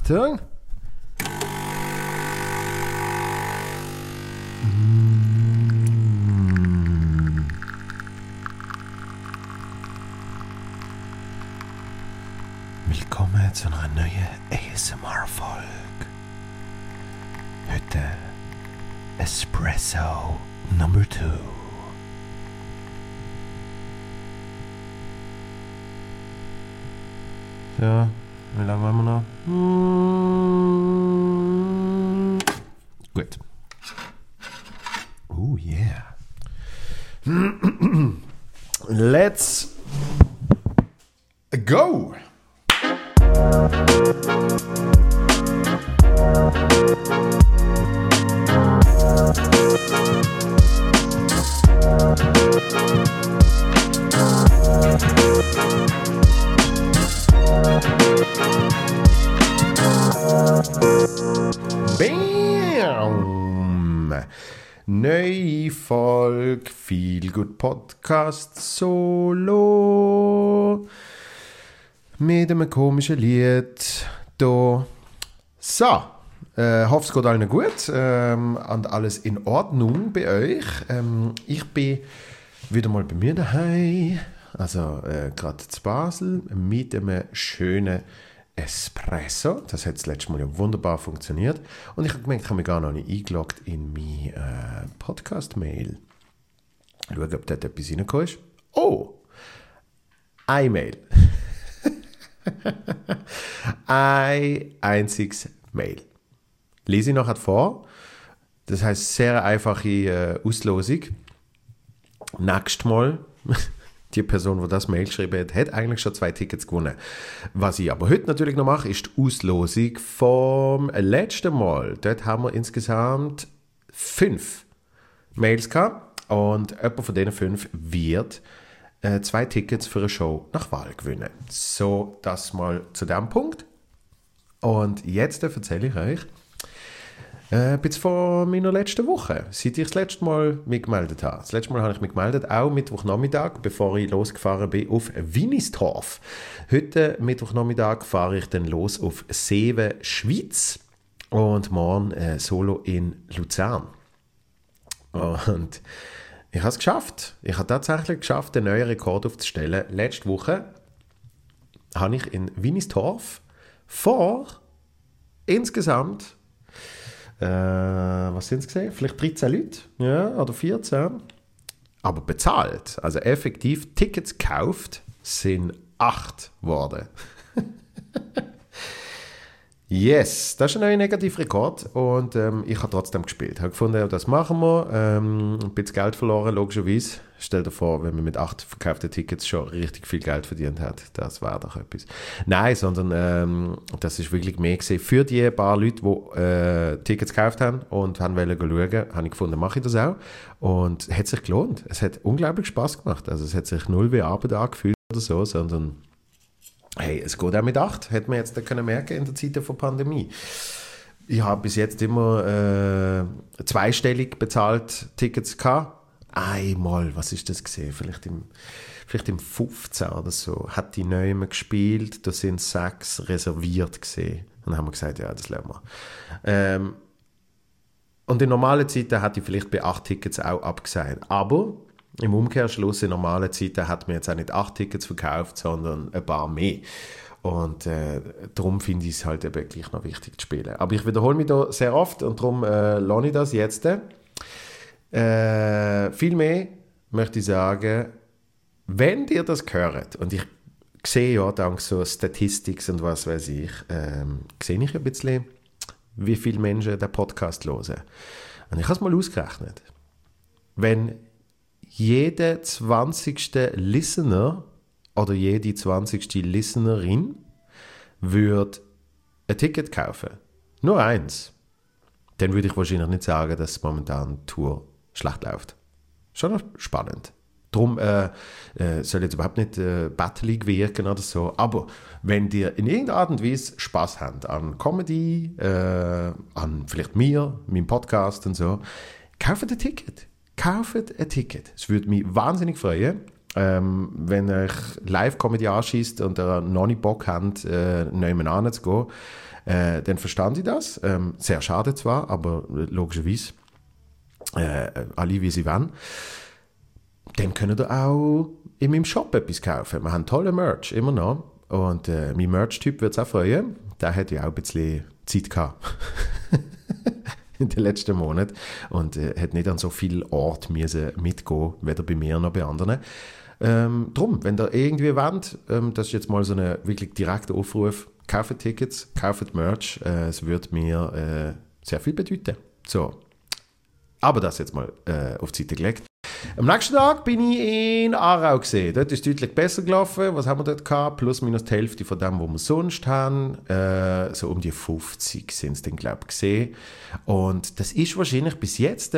Achtung. Willkommen zu einer neuen ASMR-Folge. Heute Espresso Number 2. So, wie lange wollen wir noch? Gut. Oh yeah. Let's go. Bam! Neue Folge Feel Good Podcast Solo mit einem komischen Lied da. So, hoffe es geht allen gut und alles in Ordnung bei euch. Ich bin wieder mal bei mir daheim, also gerade zu Basel mit einem schönen Espresso. Das hat das letzte Mal ja wunderbar funktioniert. Und ich habe gemerkt, ich habe mich gar noch nicht eingeloggt in meine Podcast-Mail. Schauen, ob dort etwas reingekommen ist. Oh! Eine Mail. Ein einziges Mail. Lese ich noch vor. Das heisst, sehr einfache Auslosung. Nächstes Mal... Die Person, die das Mail geschrieben hat, hat eigentlich schon 2 Tickets gewonnen. Was ich aber heute natürlich noch mache, ist die Auslosung vom letzten Mal. Dort haben wir insgesamt 5 Mails gehabt. Und jemand von diesen 5 wird 2 Tickets für eine Show nach Wahl gewinnen. So, das mal zu diesem Punkt. Und jetzt erzähle ich euch ein bisschen von meiner letzten Woche, seit ich das letzte Mal mich gemeldet habe. Das letzte Mal habe ich mich gemeldet, auch Mittwochnachmittag, bevor ich losgefahren bin auf Winistorf. Heute Mittwochnachmittag fahre ich dann los auf Seewen, Schweiz und morgen solo in Luzern. Und ich habe es geschafft. Ich habe tatsächlich geschafft, den neuen Rekord aufzustellen. Letzte Woche habe ich in Winistorf vor insgesamt was sind es gesehen? Vielleicht 13 Leute, ja, oder 14. Aber bezahlt, also effektiv Tickets gekauft, sind 8 geworden. Yes, das ist ein neuer Negativrekord und ich habe trotzdem gespielt. Ich habe gefunden, das machen wir. Ein bisschen Geld verloren, logischerweise. Stell dir vor, wenn man mit 8 verkauften Tickets schon richtig viel Geld verdient hat. Das war doch etwas. Nein, sondern das ist wirklich mehr gesehen. Für die paar Leute, die Tickets gekauft haben und haben wollen schauen, habe ich gefunden, mache ich das auch. Und es hat sich gelohnt. Es hat unglaublich Spaß gemacht. Also es hat sich null wie Arbeit angefühlt oder so, sondern hey, es geht auch mit 8, hätte man jetzt können merken in der Zeit der Pandemie. Ich habe bis jetzt immer zweistellig bezahlt Tickets gehabt. Einmal, was ist das gesehen? Vielleicht im 15 oder so, hat die Neue gespielt, da sind 6 reserviert gesehen. Dann haben wir gesagt, ja, das lassen wir. Und in normalen Zeiten hat ich vielleicht bei 8 Tickets auch abgesagt. Aber im Umkehrschluss, in normalen Zeiten hat man jetzt auch nicht 8 Tickets verkauft, sondern ein paar mehr. Und darum finde ich es halt eben gleich noch wichtig zu spielen. Aber ich wiederhole mich da sehr oft und darum lasse ich das jetzt. Viel mehr möchte ich sagen, wenn ihr das hört, und ich sehe ja dank so Statistik und was weiß ich, sehe ich ein bisschen, wie viele Menschen den Podcast hören. Und ich habe es mal ausgerechnet. Wenn jeder 20. Listener oder jede 20. Listenerin würde ein Ticket kaufen, nur eins, dann würde ich wahrscheinlich nicht sagen, dass momentan die Tour schlecht läuft. Schon noch spannend. Darum soll jetzt überhaupt nicht battelig wirken oder so. Aber wenn ihr in irgendeiner Art und Weise Spass habt an Comedy, an vielleicht mir, meinem Podcast und so, kauft ein Ticket. Kauft ein Ticket. Es würde mich wahnsinnig freuen, wenn euch Live-Comedy anschießt und ihr noch nicht Bock habt, nebenan zu gehen. dann verstand ich das. Sehr schade zwar, aber logischerweise alle wie sie wollen. Dann könnt ihr auch in meinem Shop etwas kaufen. Wir haben tolle Merch, immer noch. Und mein Merch-Typ wird es auch freuen. Der hat ja auch ein bisschen Zeit gehabt in den letzten Monaten und hat nicht an so viel Ort mitgehen, weder bei mir noch bei anderen. Drum, wenn ihr irgendwie wollt, das ist jetzt mal so ein wirklich direkter Aufruf, kauft Tickets, kauft Merch, es würde mir sehr viel bedeuten. So. Aber das jetzt mal auf die Seite gelegt. Am nächsten Tag bin ich in Aarau gesehen. Dort ist es deutlich besser gelaufen. Was haben wir dort gehabt? Plus minus die Hälfte von dem, was wir sonst haben. So um die 50 sind es dann, glaube ich, gesehen. Und das ist wahrscheinlich bis jetzt,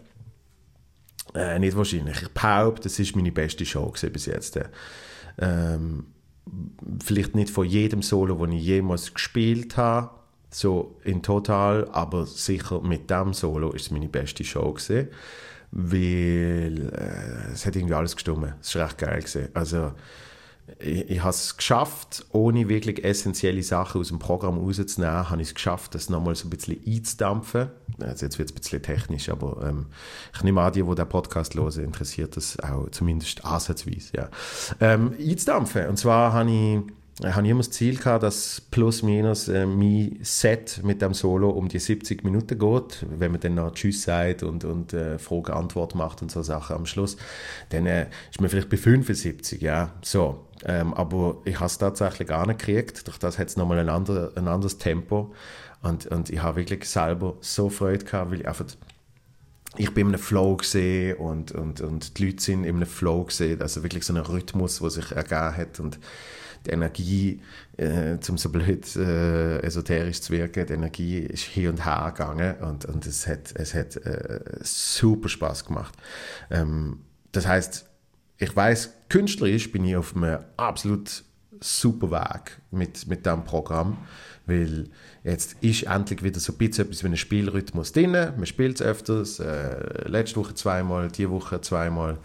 nicht wahrscheinlich, ich behaupte, das ist meine beste Show bis jetzt. Vielleicht nicht von jedem Solo, das ich jemals gespielt habe, so in total, aber sicher mit dem Solo ist es meine beste Show gewesen, weil es hat irgendwie alles gestimmt. Es war recht geil gewesen. Also ich habe es geschafft, ohne wirklich essentielle Sachen aus dem Programm rauszunehmen, habe ich es geschafft, das nochmal so ein bisschen einzudampfen. Also jetzt wird es ein bisschen technisch, aber ich nehme an, die den Podcast hören, interessiert das auch zumindest ansatzweise. Ja. Einzudampfen. Und zwar habe ich immer das Ziel gehabt, dass plus minus mein Set mit dem Solo um die 70 Minuten geht. Wenn man dann noch Tschüss sagt und Frage-Antwort macht und so Sachen am Schluss, dann ist man vielleicht bei 75, ja, so. Aber ich habe es tatsächlich gar nicht gekriegt. Durch das hat es nochmal ein anderes Tempo. Und ich habe wirklich selber so Freude gehabt, weil ich bin in einem Flow gesehen und die Leute sind in einem Flow gesehen. Also wirklich so ein Rhythmus, der sich ergeben hat. Und die Energie, um so blöd esoterisch zu wirken, die Energie ist hin und her gegangen und es hat super Spaß gemacht. Das heisst, ich weiss, künstlerisch bin ich auf einem absolut super Weg mit diesem Programm, weil jetzt ist endlich wieder so ein bisschen etwas wie ein Spielrhythmus drin. Man spielt es öfters, letzte Woche zweimal, diese Woche zweimal,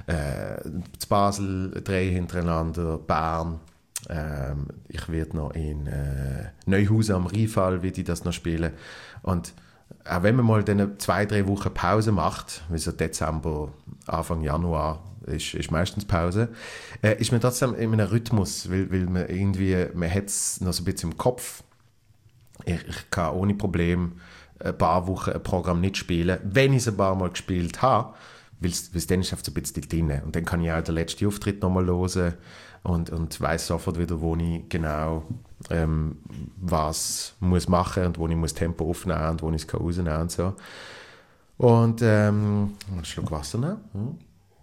zu Basel 3 hintereinander, Bern. Ich werde noch in Neuhausen am Rheinfall will ich das noch spielen. Und auch wenn man mal dann 2-3 Wochen Pause macht, wie so Dezember, Anfang Januar, ist meistens Pause, ist man trotzdem in einem Rhythmus, weil man hat es noch so ein bisschen im Kopf. Ich kann ohne Problem ein paar Wochen ein Programm nicht spielen, wenn ich es ein paar Mal gespielt habe, weil es dann ist einfach so ein bisschen drin. Und dann kann ich auch den letzten Auftritt nochmal hören und weiss sofort wieder, wo ich genau was muss machen und wo ich muss Tempo aufnehmen und wo ich es rausnehmen kann und so. Und einen Schluck Wasser nehmen.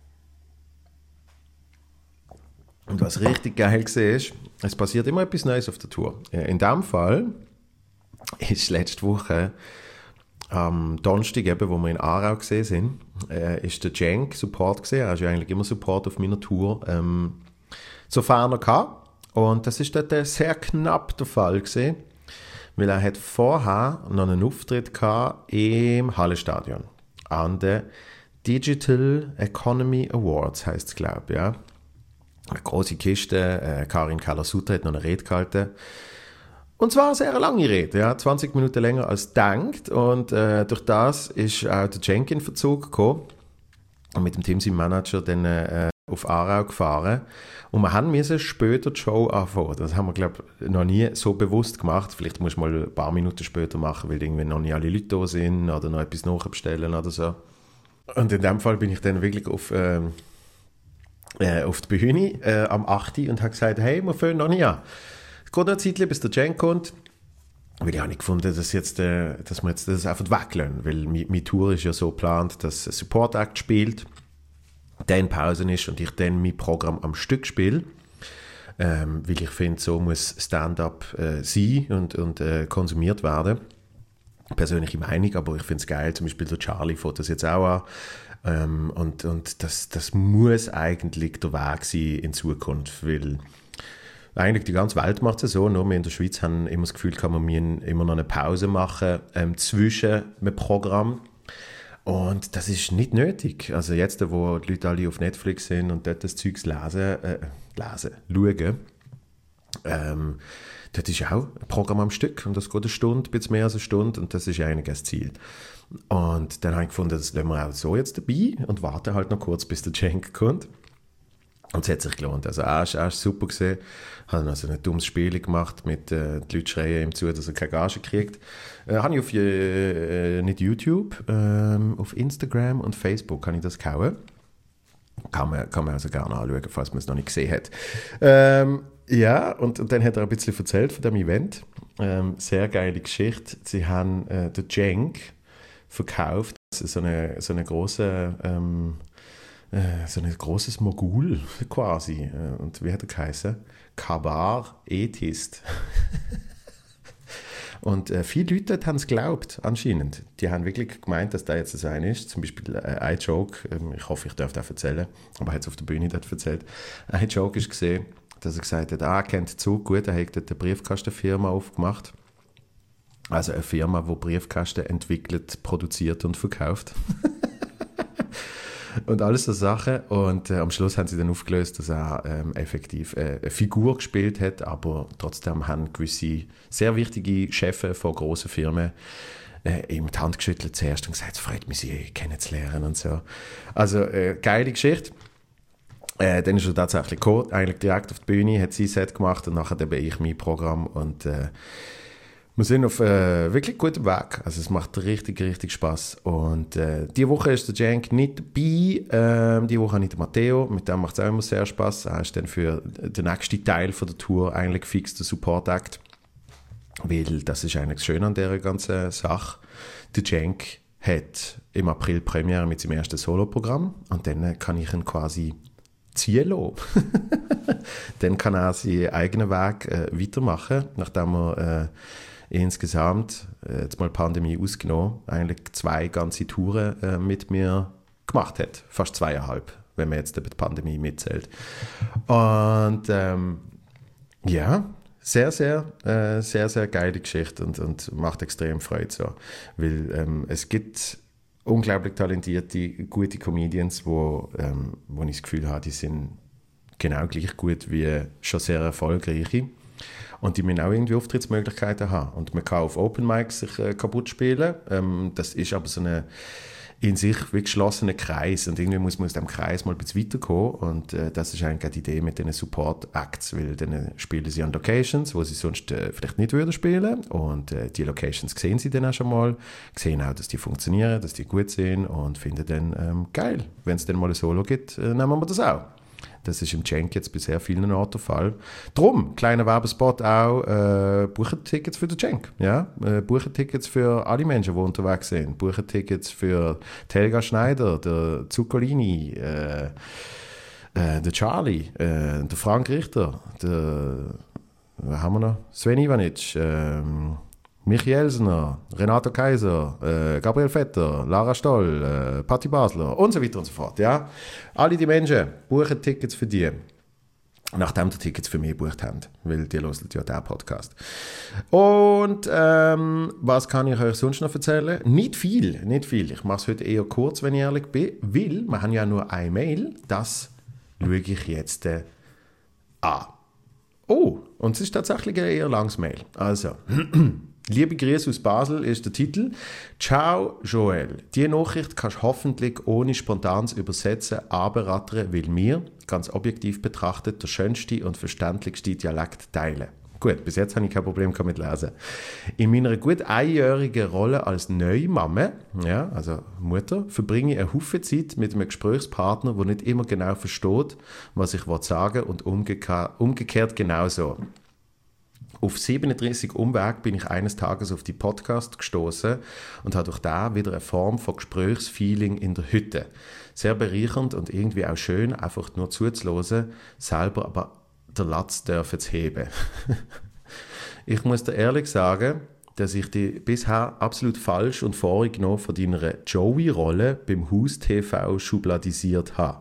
Und was richtig geil war, ist, es passiert immer etwas Neues auf der Tour. In diesem Fall ist letzte Woche am Donnerstag, eben, wo wir in Aarau gesehen sind, ist der Cenk Support gesehen. Er ist ja eigentlich immer Support auf meiner Tour. Sofern er kann. Und das ist dort sehr knapp der Fall gewesen, weil er hat vorher noch einen Auftritt gehabt im Hallenstadion an den Digital Economy Awards, heisst es, glaube ich, ja. Eine grosse Kiste, Karin Keller-Sutter hat noch eine Rede gehalten. Und zwar eine sehr lange Rede, ja, 20 Minuten länger als gedacht. Und durch das ist auch der Cenk in Verzug gekommen und mit dem Team, seinem Manager, dann auf Aarau gefahren. Und wir mussten später die Show anfangen. Das haben wir, glaube ich, noch nie so bewusst gemacht. Vielleicht muss man mal ein paar Minuten später machen, weil irgendwie noch nicht alle Leute da sind oder noch etwas nachbestellen oder so. Und in dem Fall bin ich dann wirklich auf die Bühne am 8. und habe gesagt, hey, wir fangen noch nicht an. Es geht noch eine Zeit, bis der Cenk kommt. Weil ich habe nicht gefunden, dass wir jetzt das einfach weglassen. Weil meine Tour ist ja so geplant, dass ein Support-Act spielt, dann Pause ist und ich dann mein Programm am Stück spiele. Weil ich finde, so muss Stand-up sein und konsumiert werden. Persönliche Meinung, aber ich finde es geil. Zum Beispiel der Charlie fährt das jetzt auch an. Und das muss eigentlich der Weg sein in Zukunft, weil eigentlich die ganze Welt macht es so. Nur wir in der Schweiz haben immer das Gefühl, kann man immer noch eine Pause machen zwischen einem Programm. Und das ist nicht nötig. Also jetzt, wo die Leute alle auf Netflix sind und dort das Zeugs schauen, Das ist auch ein Programm am Stück und das geht eine Stunde, ein bisschen mehr als eine Stunde und das ist eigentlich das Ziel. Und dann habe ich gefunden, das lassen wir auch so jetzt dabei und warten halt noch kurz, bis der Cenk kommt. Und es hat sich gelohnt. Also er ist super gesehen. Haben also ein dummes Spiel gemacht mit die Leute schreien ihm zu, dass er keine Gage kriegt. Habe ich auf nicht YouTube, auf Instagram und Facebook habe ich das gehauen. Kann man also gerne anschauen, falls man es noch nicht gesehen hat. Ja, und dann hat er ein bisschen erzählt von dem Event. Sehr geile Geschichte. Sie haben den Cenk verkauft. Das ist so eine große so ein großes Mogul quasi. Und wie hat er geheißen? Kabar Ethist. Und viele Leute haben es geglaubt, anscheinend. Die haben wirklich gemeint, dass da jetzt das eine ist. Zum Beispiel ein Joke, ich hoffe, ich darf das erzählen, aber er hat es auf der Bühne dort erzählt. Ein Joke ist gesehen, dass er gesagt hat, er kennt den Zug gut, er hat dort eine Briefkastenfirma aufgemacht. Also eine Firma, die Briefkasten entwickelt, produziert und verkauft. Und alles so Sachen. Und am Schluss haben sie dann aufgelöst, dass er effektiv eine Figur gespielt hat, aber trotzdem haben gewisse sehr wichtige Chefs von grossen Firmen ihm die Hand geschüttelt zuerst und gesagt, es freut mich, Sie kennenzulernen und so. Also geile Geschichte. Dann ist er tatsächlich gekommen, eigentlich direkt auf die Bühne, hat sein Set gemacht und nachher bin ich mein Programm und wir sind auf wirklich gutem Weg. Also es macht richtig, richtig Spass. Und diese Woche ist der Cenk nicht dabei. Diese Woche nicht der Matteo. Mit dem macht es auch immer sehr Spass. Er ist dann für den nächsten Teil von der Tour eigentlich fix der Support-Act. Weil das ist eigentlich das Schöne an dieser ganzen Sache. Der Cenk hat im April Premiere mit seinem ersten Soloprogramm. Und dann kann ich ihn quasi ziehen lassen. Dann kann er seinen eigenen Weg weitermachen, nachdem er insgesamt, jetzt mal Pandemie ausgenommen, eigentlich 2 ganze Touren mit mir gemacht hat. Fast 2,5, wenn man jetzt die Pandemie mitzählt. Und ja, sehr, sehr geile Geschichte und macht extrem Freude so. Weil es gibt unglaublich talentierte, gute Comedians, wo ich das Gefühl habe, die sind genau gleich gut wie schon sehr erfolgreiche. Und die müssen auch irgendwie Auftrittsmöglichkeiten haben. Und man kann auf Open Mics sich kaputt spielen. Das ist aber so ein in sich wie geschlossener Kreis. Und irgendwie muss man aus diesem Kreis mal ein bisschen weiterkommen. Und das ist eigentlich die Idee mit diesen Support-Acts. Weil dann spielen sie an Locations, wo sie sonst vielleicht nicht würden spielen. Und die Locations sehen sie dann auch schon mal. Sehen auch, dass die funktionieren, dass die gut sind. Und finden dann geil. Wenn es dann mal ein Solo gibt, nehmen wir das auch. Das ist im Cenk jetzt bei sehr vielen Orten der Fall. Drum, kleiner Werbespot auch, buchen Tickets für den Cenk. Ja? Buchen Tickets für alle Menschen, die unterwegs sind. Buchen Tickets für Helga Schneider, der Zuccolini, der Charlie, der Frank Richter, was haben wir noch? Sven Ivanic, Michi Elsner, Renato Kaiser, Gabriel Vetter, Lara Stoll, Patti Basler und so weiter und so fort. Ja? Alle die Menschen buchen Tickets für die, nachdem die Tickets für mich gebucht haben, weil die hören ja diesen Podcast. Und was kann ich euch sonst noch erzählen? Nicht viel. Ich mache es heute eher kurz, wenn ich ehrlich bin, weil wir haben ja nur eine Mail, das schaue ich jetzt an. Oh, und es ist tatsächlich ein eher langes Mail. Also, liebe Grüße aus Basel ist der Titel. Ciao Joel, die Nachricht kannst du hoffentlich ohne spontanes Übersetzen anberaten, weil wir, ganz objektiv betrachtet, der schönste und verständlichste Dialekt teilen. Gut, bis jetzt habe ich kein Problem mit Lesen. In meiner gut einjährigen Rolle als Neumame, ja, also Mutter, verbringe ich eine Haufen Zeit mit einem Gesprächspartner, der nicht immer genau versteht, was ich sagen will und umgekehrt genauso. Auf 37 Umweg bin ich eines Tages auf die Podcast gestoßen und habe durch da wieder eine Form von Gesprächsfeeling in der Hütte. Sehr bereichernd und irgendwie auch schön, einfach nur zuzuhören, selber aber der Latz dürfen zu heben. Ich muss dir ehrlich sagen, dass ich dich bisher absolut falsch und vorgenommen von deiner Joey-Rolle beim Haus-TV schubladisiert habe.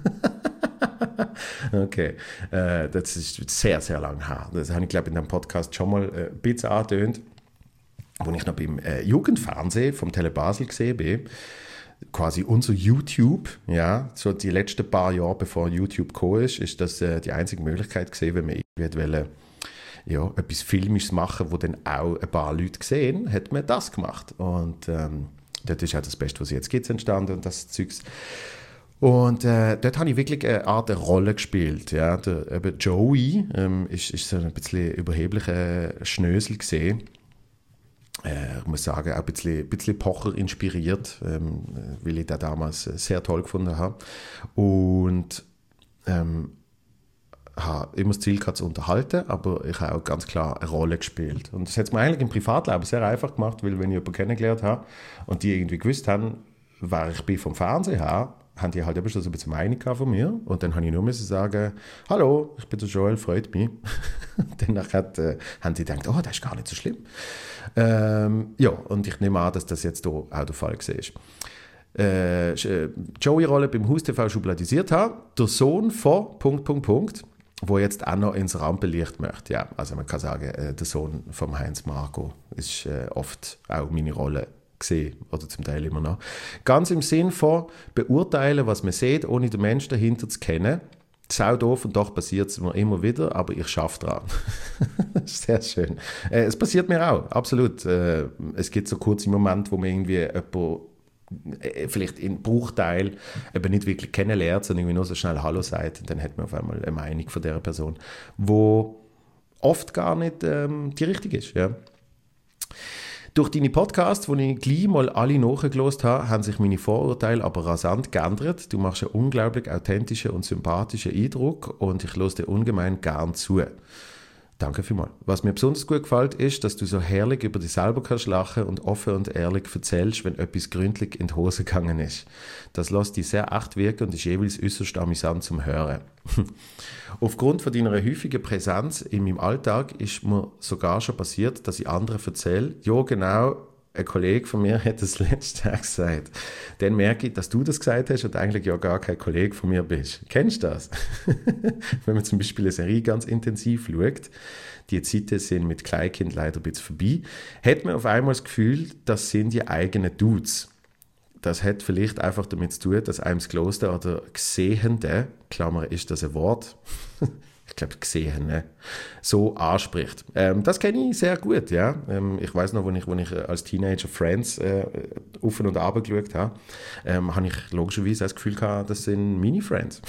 Okay, das ist sehr, sehr lang her. Das habe ich, glaube ich, in dem Podcast schon mal ein bisschen angetönt, als ich noch beim Jugendfernsehen vom Tele Basel gesehen bin. Quasi unser YouTube, ja, so die letzten paar Jahre, bevor YouTube gekommen ist das die einzige Möglichkeit gewesen, wenn man irgendwie ja, etwas Filmisches machen, wo dann auch ein paar Leute sehen, hat man das gemacht. Und dort ist auch das Beste, was jetzt gibt, entstanden und das Zeugs. Und dort habe ich wirklich eine Art Rolle gespielt. Ja. Eben Joey ist so ein bisschen überheblicher Schnösel gesehen. Ich muss sagen, auch ein bisschen Pocher inspiriert, weil ich den damals sehr toll gefunden habe. Und habe immer das Ziel gehabt, zu unterhalten, aber ich habe auch ganz klar eine Rolle gespielt. Und das hat es mir eigentlich im Privatleben sehr einfach gemacht, weil wenn ich jemanden kennengelernt habe und die irgendwie gewusst haben, wer ich bin vom Fernsehen her, haben die halt eben schon so ein bisschen Meinung von mir. Und dann habe ich nur müssen sagen, hallo, ich bin der Joel, freut mich. Danach haben die gedacht, oh, das ist gar nicht so schlimm. Ja, und ich nehme an, dass das jetzt hier auch der Fall war. Joey-Rolle beim Haus-TV schubladisiert habe, der Sohn von ... wo jetzt auch noch ins Rampenlicht möchte. Ja, also man kann sagen, der Sohn von Heinz Marco ist oft auch meine Rolle gesehen oder zum Teil immer noch. Ganz im Sinn von beurteilen, was man sieht, ohne den Menschen dahinter zu kennen. Sau doof und doch passiert es mir immer wieder, aber ich schaffe dran. Sehr schön. Es passiert mir auch, absolut. Es gibt so kurze Momente, wo man irgendwie jemanden vielleicht in Bruchteil eben nicht wirklich kennenlernt, sondern irgendwie nur so schnell Hallo sagt und dann hat man auf einmal eine Meinung von dieser Person, wo oft gar nicht die richtige ist. Ja. Durch deine Podcasts, die ich gleich mal alle nachgehört habe, haben sich meine Vorurteile aber rasant geändert. Du machst einen unglaublich authentischen und sympathischen Eindruck und ich höre dir ungemein gern zu. Danke vielmals. Was mir besonders gut gefällt, ist, dass du so herrlich über dich selber kannst lachen und offen und ehrlich erzählst, wenn etwas gründlich in die Hose gegangen ist. Das lässt dich sehr echt wirken und ist jeweils äußerst amüsant zum Hören. Aufgrund von deiner häufigen Präsenz in meinem Alltag ist mir sogar schon passiert, dass ich anderen erzähle, ja genau, ein Kollege von mir hat das letzte Tag gesagt. Dann merke ich, dass du das gesagt hast und eigentlich ja gar kein Kollege von mir bist. Kennst du das? Wenn man zum Beispiel eine Serie ganz intensiv schaut, die Zeiten sind mit Kleinkind leider ein bisschen vorbei, hat man auf einmal das Gefühl, das sind die eigenen Dudes. Das hat vielleicht einfach damit zu tun, dass einem das Kloster oder Gesehende, Klammer, ist das ein Wort? Ich glaube, Gesehene, so anspricht. Das kenne ich sehr gut, ja. Ich weiß noch, als ich als Teenager Friends auf und runter geschaut habe, habe ich logischerweise das Gefühl gehabt, das sind meine Friends.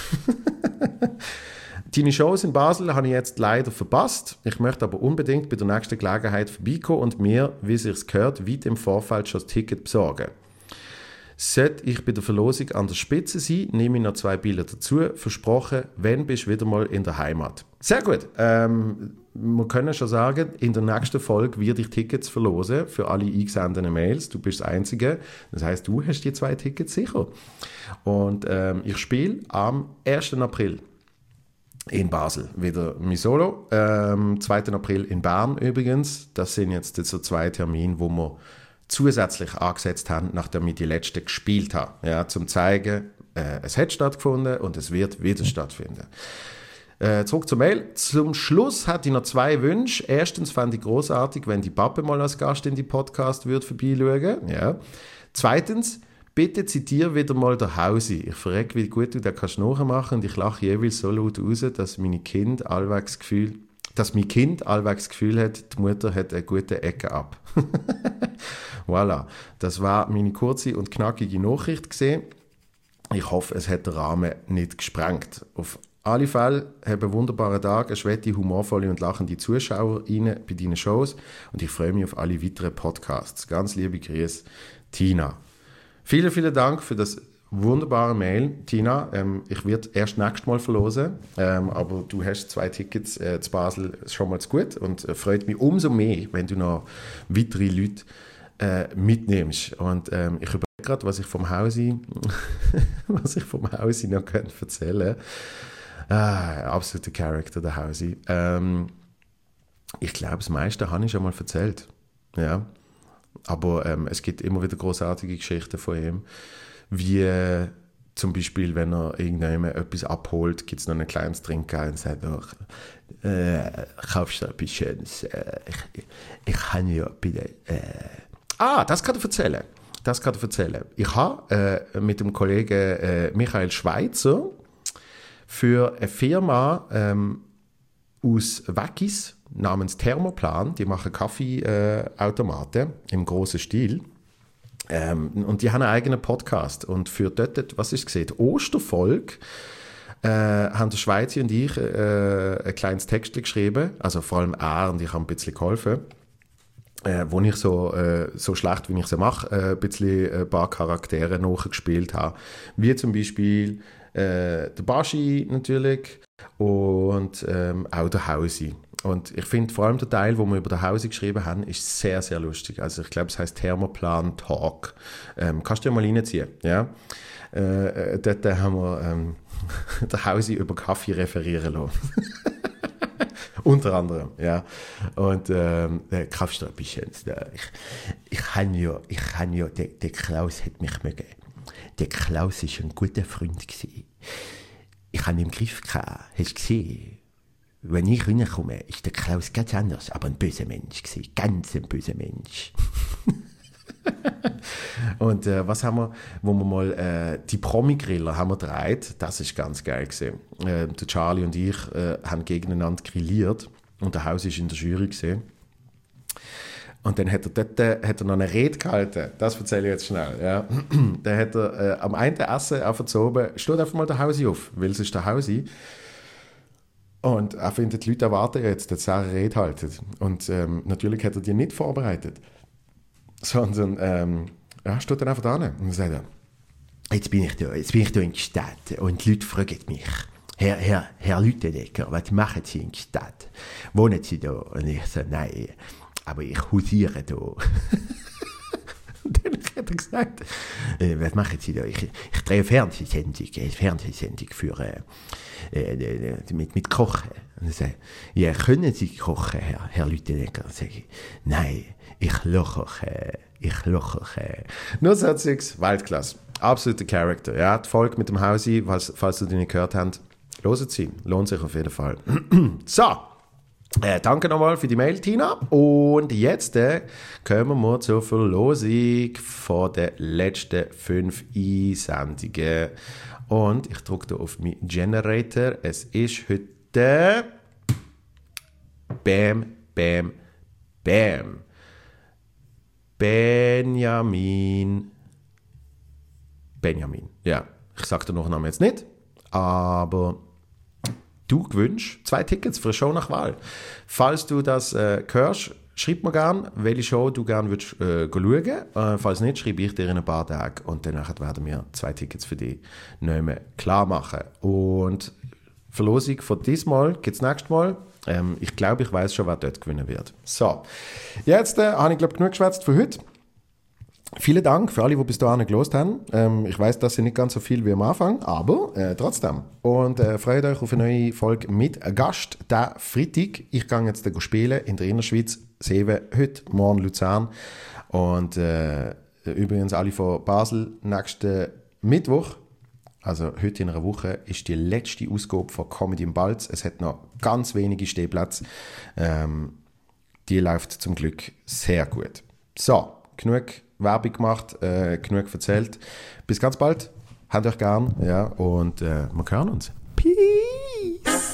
Deine Shows in Basel habe ich jetzt leider verpasst. Ich möchte aber unbedingt bei der nächsten Gelegenheit vorbeikommen und mir, wie es sich gehört, weit im Vorfeld schon das Ticket besorgen. Sollte ich bei der Verlosung an der Spitze sein, nehme ich noch 2 Bilder dazu. Versprochen, wenn bist du wieder mal in der Heimat. Sehr gut. Wir können schon sagen, in der nächsten Folge werde ich Tickets verlosen für alle eingesendeten Mails. Du bist das Einzige. Das heisst, du hast die 2 Tickets sicher. Und ich spiele am 1. April in Basel wieder mein Solo. 2. April in Bern übrigens. Das sind jetzt so 2 Termine, wo wir zusätzlich angesetzt haben, nachdem ich die letzte gespielt habe. Ja, zum zeigen, es hat stattgefunden und es wird wieder stattfinden. Zurück zur Mail. Zum Schluss hatte ich noch 2 Wünsche. Erstens fand ich großartig, wenn die Pappe mal als Gast in die Podcast würde vorbeischauen. Ja. Zweitens, bitte zitiere wieder mal der Hausi. Ich verrecke, wie gut du das kannst nachmachen und ich lache jeweils so laut raus, dass mein Kind allwegs das Gefühl hat, die Mutter hat eine gute Ecke ab. Voilà, das war meine kurze und knackige Nachricht gesehen. Ich hoffe, es hat den Rahmen nicht gesprengt. Auf alle Fälle haben einen wunderbaren Tag, eine schwette, humorvolle und lachende ZuschauerInnen bei deinen Shows und ich freue mich auf alle weiteren Podcasts. Ganz liebe Grüße, Tina. Vielen, vielen Dank für das wunderbare Mail, Tina. Ich werde erst nächstes Mal verlosen, aber du hast 2 Tickets zu Basel schon mal zu gut und freut mich umso mehr, wenn du noch weitere Leute mitnimmst. Und ich überlege gerade, was ich vom Hausi noch erzählen kann. Absoluter Charakter, der Hausi. Ich glaube, das meiste habe ich schon mal erzählt. Ja. Aber es gibt immer wieder großartige Geschichten von ihm. Wie zum Beispiel, wenn er irgendjemand etwas abholt, gibt es noch ein kleines Trinkgeld und sagt, kaufst du etwas Schönes? Ich kann ja bitte... das kann ich erzählen. Ich habe mit dem Kollegen Michael Schweitzer für eine Firma aus Wackis, namens Thermoplan. Die machen Kaffeeautomaten im grossen Stil. Und die haben einen eigenen Podcast. Und für dort, was ist es gesehen? Osterfolge haben der Schweizer und ich ein kleines Text geschrieben. Also vor allem er und ich haben ein bisschen geholfen. Wo ich so schlecht, wie ich es mache, ein paar Charaktere nachgespielt habe. Wie zum Beispiel der Baschi natürlich und auch der Hausi. Und ich finde vor allem der Teil, wo wir über den Hausi geschrieben haben, ist sehr, sehr lustig. Also ich glaube, es heisst Thermoplan Talk. Kannst du dir mal reinziehen, ja? Dort haben wir den Hausi über Kaffee referieren lassen. Unter anderem, ja. Und kaufst du ein bisschen. Ich kann ja, der Klaus hat mich mögen. Der Klaus war ein guter Freund gewesen. Ich habe ihn im Griff gehabt. Hast du gesehen? Wenn ich reinkomme, ist der Klaus ganz anders, aber ein böser Mensch gewesen. Ganz ein böser Mensch. Und was haben wir, wo wir mal die Promi-Griller haben wir gedreht, das ist ganz geil gewesen. Der Charlie und ich haben gegeneinander grilliert und der Haus ist in der Jury gewesen. Und dann hat er noch eine Rede gehalten, das erzähle ich jetzt schnell. Ja. Dann hat er am einen Essen einfach so oben, steht einfach mal der Hausi auf, weil es ist der Hausi. Und er findet, die Leute erwarten jetzt, dass er eine Rede haltet. Und natürlich hat er die nicht vorbereitet. Sondern steht dann einfach da und dann sagt er, jetzt bin ich da in der Stadt und die Leute fragen mich, Herr Lüttenegger, was machen Sie in der Stadt? Wohnen Sie da? Und ich sage, nein, aber ich hausiere da. Und dann hat er gesagt, was machen Sie da? Ich drehe eine Fernsehsendung für, mit Kochen. Und er sagt, ja, können Sie kochen, Herr Lüttenegger? Und sage ich, nein, ich koche. Nur so Weltklasse. Absoluter Charakter. Ja, die Folge mit dem Hausi, falls du die nicht gehört habt, hören Sie. Lohnt sich auf jeden Fall. So. Danke nochmal für die Mail, Tina. Und jetzt kommen wir zur Verlosung von den letzten 5 Einsendungen. Und ich drücke hier auf meinen Generator. Es ist heute Bam. Benjamin. Ja, ich sage den Nachnamen jetzt nicht, aber du gewünschst 2 Tickets für eine Show nach Wahl. Falls du das hörst, schreib mir gerne, welche Show du gerne würdest schauen. Falls nicht, schreibe ich dir in ein paar Tagen und danach werden wir 2 Tickets für dich nicht mehr klar machen. Und Verlosung von diesmal gibt es nächstes Mal. Ich glaube, ich weiß schon, wer dort gewinnen wird. So, jetzt habe ich, glaube genug geschwätzt für heute. Vielen Dank für alle, die bis dahin gehört haben. Ich weiß, das sind nicht ganz so viel wie am Anfang, aber trotzdem. Und freut euch auf eine neue Folge mit Gast, der Freitag. Ich gehe jetzt spielen in der Innerschweiz, Seewe, heute, morgen Luzern. Und übrigens alle von Basel, nächsten Mittwoch, also heute in einer Woche, ist die letzte Ausgabe von Comedy im Balz. Es hat noch ganz wenige Stehplätze. Die läuft zum Glück sehr gut. So, genug Werbung gemacht, genug erzählt. Bis ganz bald. Habt euch gern. Ja, und wir hören uns. Peace!